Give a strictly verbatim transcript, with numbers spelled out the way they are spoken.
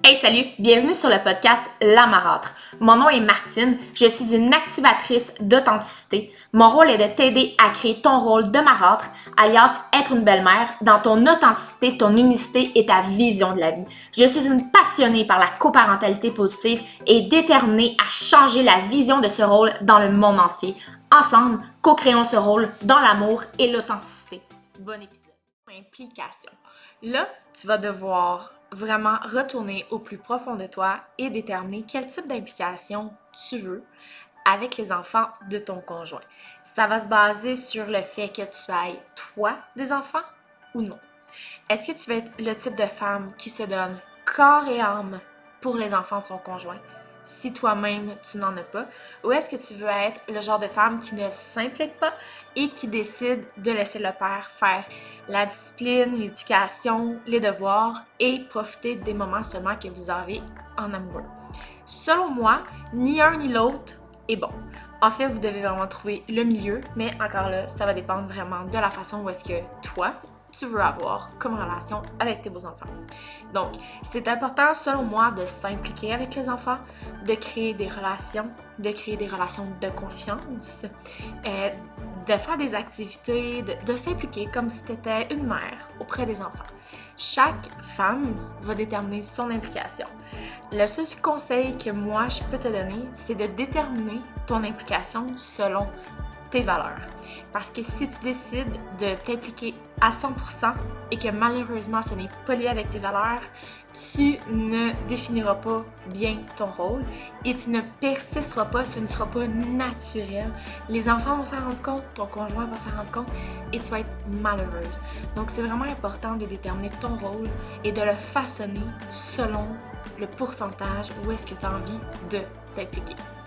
Hey salut, bienvenue sur le podcast La Marâtre. Mon nom est Martine, je suis une activatrice d'authenticité. Mon rôle est de t'aider à créer ton rôle de marâtre, alias être une belle-mère, dans ton authenticité, ton unicité et ta vision de la vie. Je suis une passionnée par la coparentalité positive et déterminée à changer la vision de ce rôle dans le monde entier. Ensemble, co-créons ce rôle dans l'amour et l'authenticité. Bon épisode. Implication. Là, tu vas devoir vraiment retourner au plus profond de toi et déterminer quel type d'implication tu veux avec les enfants de ton conjoint. Ça va se baser sur le fait que tu ailles, toi, des enfants ou non. Est-ce que tu veux être le type de femme qui se donne corps et âme pour les enfants de son conjoint si toi-même tu n'en as pas? Ou est-ce que tu veux être le genre de femme qui ne s'implique pas et qui décide de laisser le père faire la discipline, l'éducation, les devoirs et profiter des moments seulement que vous avez en amoureux? Selon moi, ni un ni l'autre est bon. En fait, vous devez vraiment trouver le milieu, mais encore là, ça va dépendre vraiment de la façon où est-ce que toi, tu veux avoir comme relation avec tes beaux-enfants. Donc, c'est important, selon moi, de s'impliquer avec les enfants, de créer des relations, de créer des relations de confiance, euh, de faire des activités, de, de s'impliquer comme si tu étais une mère auprès des enfants. Chaque femme va déterminer son implication. Le seul conseil que moi, je peux te donner, c'est de déterminer ton implication selon tes valeurs. Parce que si tu décides de t'impliquer à cent pour cent et que malheureusement ce n'est pas lié avec tes valeurs, tu ne définiras pas bien ton rôle et tu ne persisteras pas, ce ne sera pas naturel. Les enfants vont s'en rendre compte, ton conjoint va s'en rendre compte et tu vas être malheureuse. Donc c'est vraiment important de déterminer ton rôle et de le façonner selon le pourcentage où est-ce que tu as envie de t'impliquer.